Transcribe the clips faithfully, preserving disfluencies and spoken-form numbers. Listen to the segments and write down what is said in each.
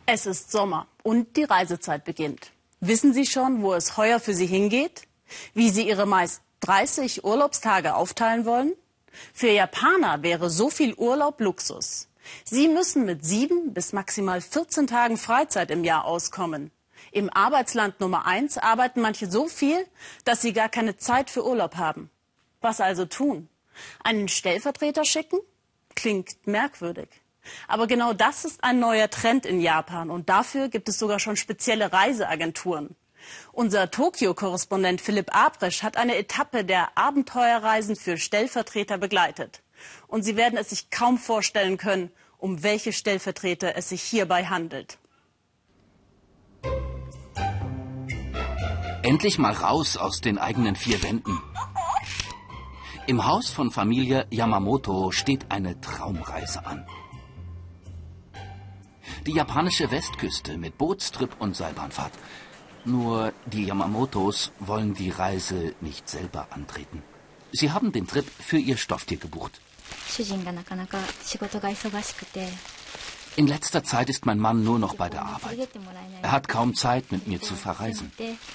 Es ist Sommer und die Reisezeit beginnt. Wissen Sie schon, wo es heuer für Sie hingeht? Wie Sie Ihre meist dreißig Urlaubstage aufteilen wollen? Für Japaner wäre so viel Urlaub Luxus. Sie müssen mit sieben bis maximal vierzehn Tagen Freizeit im Jahr auskommen. Im Arbeitsland Nummer eins arbeiten manche so viel, dass sie gar keine Zeit für Urlaub haben. Was also tun? Einen Stellvertreter schicken? Klingt merkwürdig. Aber genau das ist ein neuer Trend in Japan und dafür gibt es sogar schon spezielle Reiseagenturen. Unser Tokio-Korrespondent Philipp Abresch hat eine Etappe der Abenteuerreisen für Stellvertreter begleitet. Und Sie werden es sich kaum vorstellen können, um welche Stellvertreter es sich hierbei handelt. Endlich mal raus aus den eigenen vier Wänden. Im Haus von Familie Yamamoto steht eine Traumreise an. Die japanische Westküste mit Bootstrip und Seilbahnfahrt. Nur die Yamamotos wollen die Reise nicht selber antreten. Sie haben den Trip für ihr Stofftier gebucht. In letzter Zeit ist mein Mann nur noch bei der Arbeit. Er hat kaum Zeit, mit mir zu verreisen.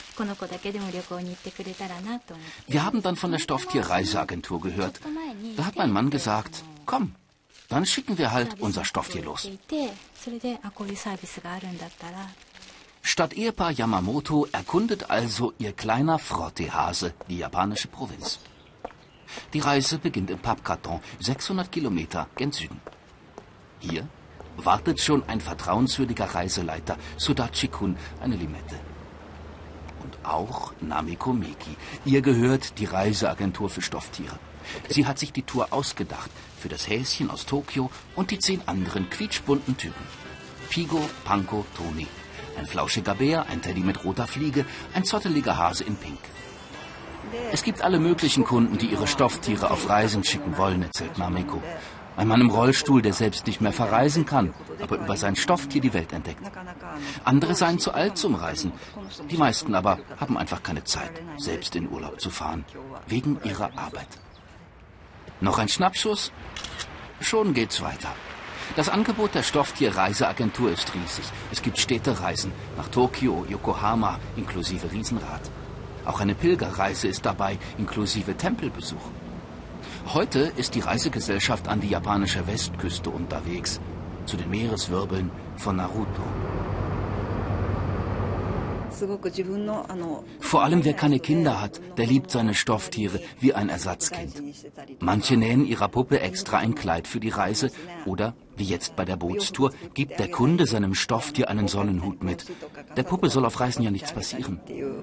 Wir haben dann von der Stofftierreiseagentur gehört. Da hat mein Mann gesagt, komm, dann schicken wir halt unser Stofftier los. Stadtehepaar Yamamoto erkundet also ihr kleiner Frottee-Hase die japanische Provinz. Die Reise beginnt im Pappkarton, sechshundert Kilometer gen Süden. Hier wartet schon ein vertrauenswürdiger Reiseleiter, Sudachi-kun, eine Limette. Und auch Namiko Miki. Ihr gehört die Reiseagentur für Stofftiere. Sie hat sich die Tour ausgedacht für das Häschen aus Tokio und die zehn anderen quietschbunten Typen. Pigo, Panko, Toni. Ein flauschiger Bär, ein Teddy mit roter Fliege, ein zotteliger Hase in Pink. Es gibt alle möglichen Kunden, die ihre Stofftiere auf Reisen schicken wollen, erzählt Namiko. Ein Mann im Rollstuhl, der selbst nicht mehr verreisen kann, aber über sein Stofftier die Welt entdeckt. Andere seien zu alt zum Reisen. Die meisten aber haben einfach keine Zeit, selbst in Urlaub zu fahren, wegen ihrer Arbeit. Noch ein Schnappschuss? Schon geht's weiter. Das Angebot der Stofftierreiseagentur ist riesig. Es gibt Städtereisen nach Tokio, Yokohama, inklusive Riesenrad. Auch eine Pilgerreise ist dabei, inklusive Tempelbesuch. Heute ist die Reisegesellschaft an die japanische Westküste unterwegs, zu den Meereswirbeln von Naruto. Vor allem wer keine Kinder hat, der liebt seine Stofftiere wie ein Ersatzkind. Manche nähen ihrer Puppe extra ein Kleid für die Reise oder, wie jetzt bei der Bootstour, gibt der Kunde seinem Stofftier einen Sonnenhut mit. Der Puppe soll auf Reisen ja nichts passieren.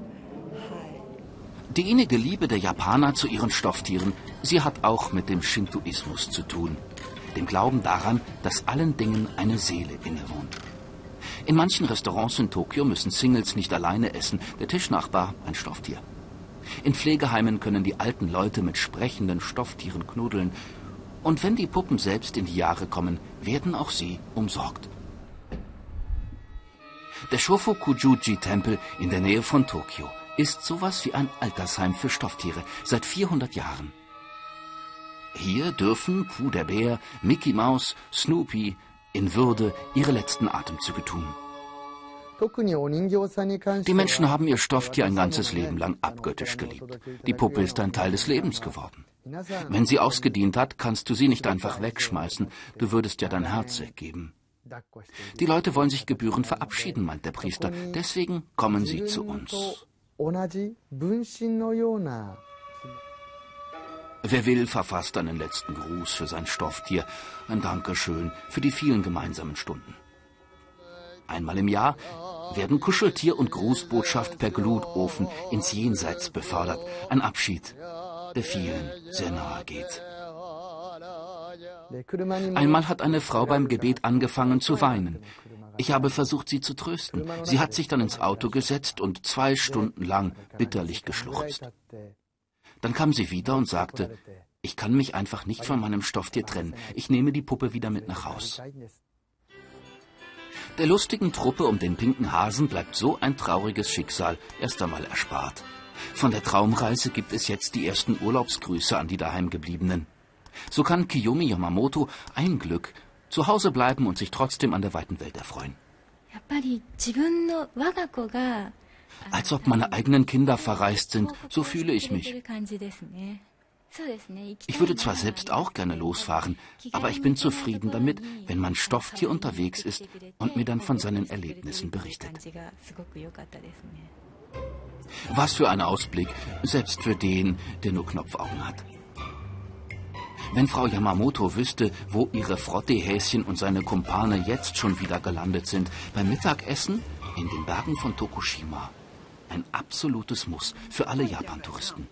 Die innige Liebe der Japaner zu ihren Stofftieren, sie hat auch mit dem Shintoismus zu tun. Dem Glauben daran, dass allen Dingen eine Seele innewohnt. In manchen Restaurants in Tokio müssen Singles nicht alleine essen, der Tischnachbar ein Stofftier. In Pflegeheimen können die alten Leute mit sprechenden Stofftieren knuddeln. Und wenn die Puppen selbst in die Jahre kommen, werden auch sie umsorgt. Der Shofuku-Juji-Tempel in der Nähe von Tokio ist sowas wie ein Altersheim für Stofftiere seit vierhundert Jahren. Hier dürfen Puh der Bär, Mickey Maus, Snoopy in Würde ihre letzten Atemzüge tun. Die Menschen haben ihr Stofftier ein ganzes Leben lang abgöttisch geliebt. Die Puppe ist ein Teil des Lebens geworden. Wenn sie ausgedient hat, kannst du sie nicht einfach wegschmeißen. Du würdest ja dein Herz weggeben. Die Leute wollen sich gebührend verabschieden, meint der Priester. Deswegen kommen sie zu uns. Wer will, verfasst einen letzten Gruß für sein Stofftier, ein Dankeschön für die vielen gemeinsamen Stunden. Einmal im Jahr werden Kuscheltier und Grußbotschaft per Glutofen ins Jenseits befördert, ein Abschied, der vielen sehr nahe geht. Einmal hat eine Frau beim Gebet angefangen zu weinen. Ich habe versucht, sie zu trösten. Sie hat sich dann ins Auto gesetzt und zwei Stunden lang bitterlich geschluchzt. Dann kam sie wieder und sagte, ich kann mich einfach nicht von meinem Stofftier trennen. Ich nehme die Puppe wieder mit nach Haus. Der lustigen Truppe um den pinken Hasen bleibt so ein trauriges Schicksal erst einmal erspart. Von der Traumreise gibt es jetzt die ersten Urlaubsgrüße an die Daheimgebliebenen. So kann Kiyomi Yamamoto ein Glück zu Hause bleiben und sich trotzdem an der weiten Welt erfreuen. Als ob meine eigenen Kinder verreist sind, so fühle ich mich. Ich würde zwar selbst auch gerne losfahren, aber ich bin zufrieden damit, wenn mein Stofftier unterwegs ist und mir dann von seinen Erlebnissen berichtet. Was für ein Ausblick, selbst für den, der nur Knopfaugen hat. Wenn Frau Yamamoto wüsste, wo ihre Frottee-Häschen und seine Kumpane jetzt schon wieder gelandet sind, beim Mittagessen in den Bergen von Tokushima. Ein absolutes Muss für alle Japan-Touristen.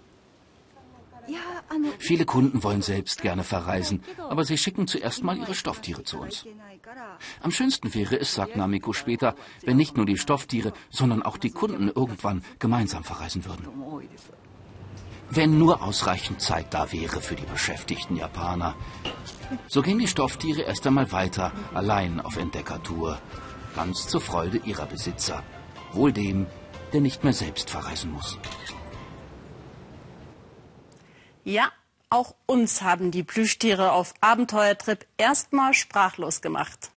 Viele Kunden wollen selbst gerne verreisen, aber sie schicken zuerst mal ihre Stofftiere zu uns. Am schönsten wäre es, sagt Namiko später, wenn nicht nur die Stofftiere, sondern auch die Kunden irgendwann gemeinsam verreisen würden. Wenn nur ausreichend Zeit da wäre für die beschäftigten Japaner. So gehen die Stofftiere erst einmal weiter, allein auf Entdeckertour. Ganz zur Freude ihrer Besitzer. Wohl dem, der nicht mehr selbst verreisen muss. Ja, auch uns haben die Plüschtiere auf Abenteuertrip erstmal sprachlos gemacht.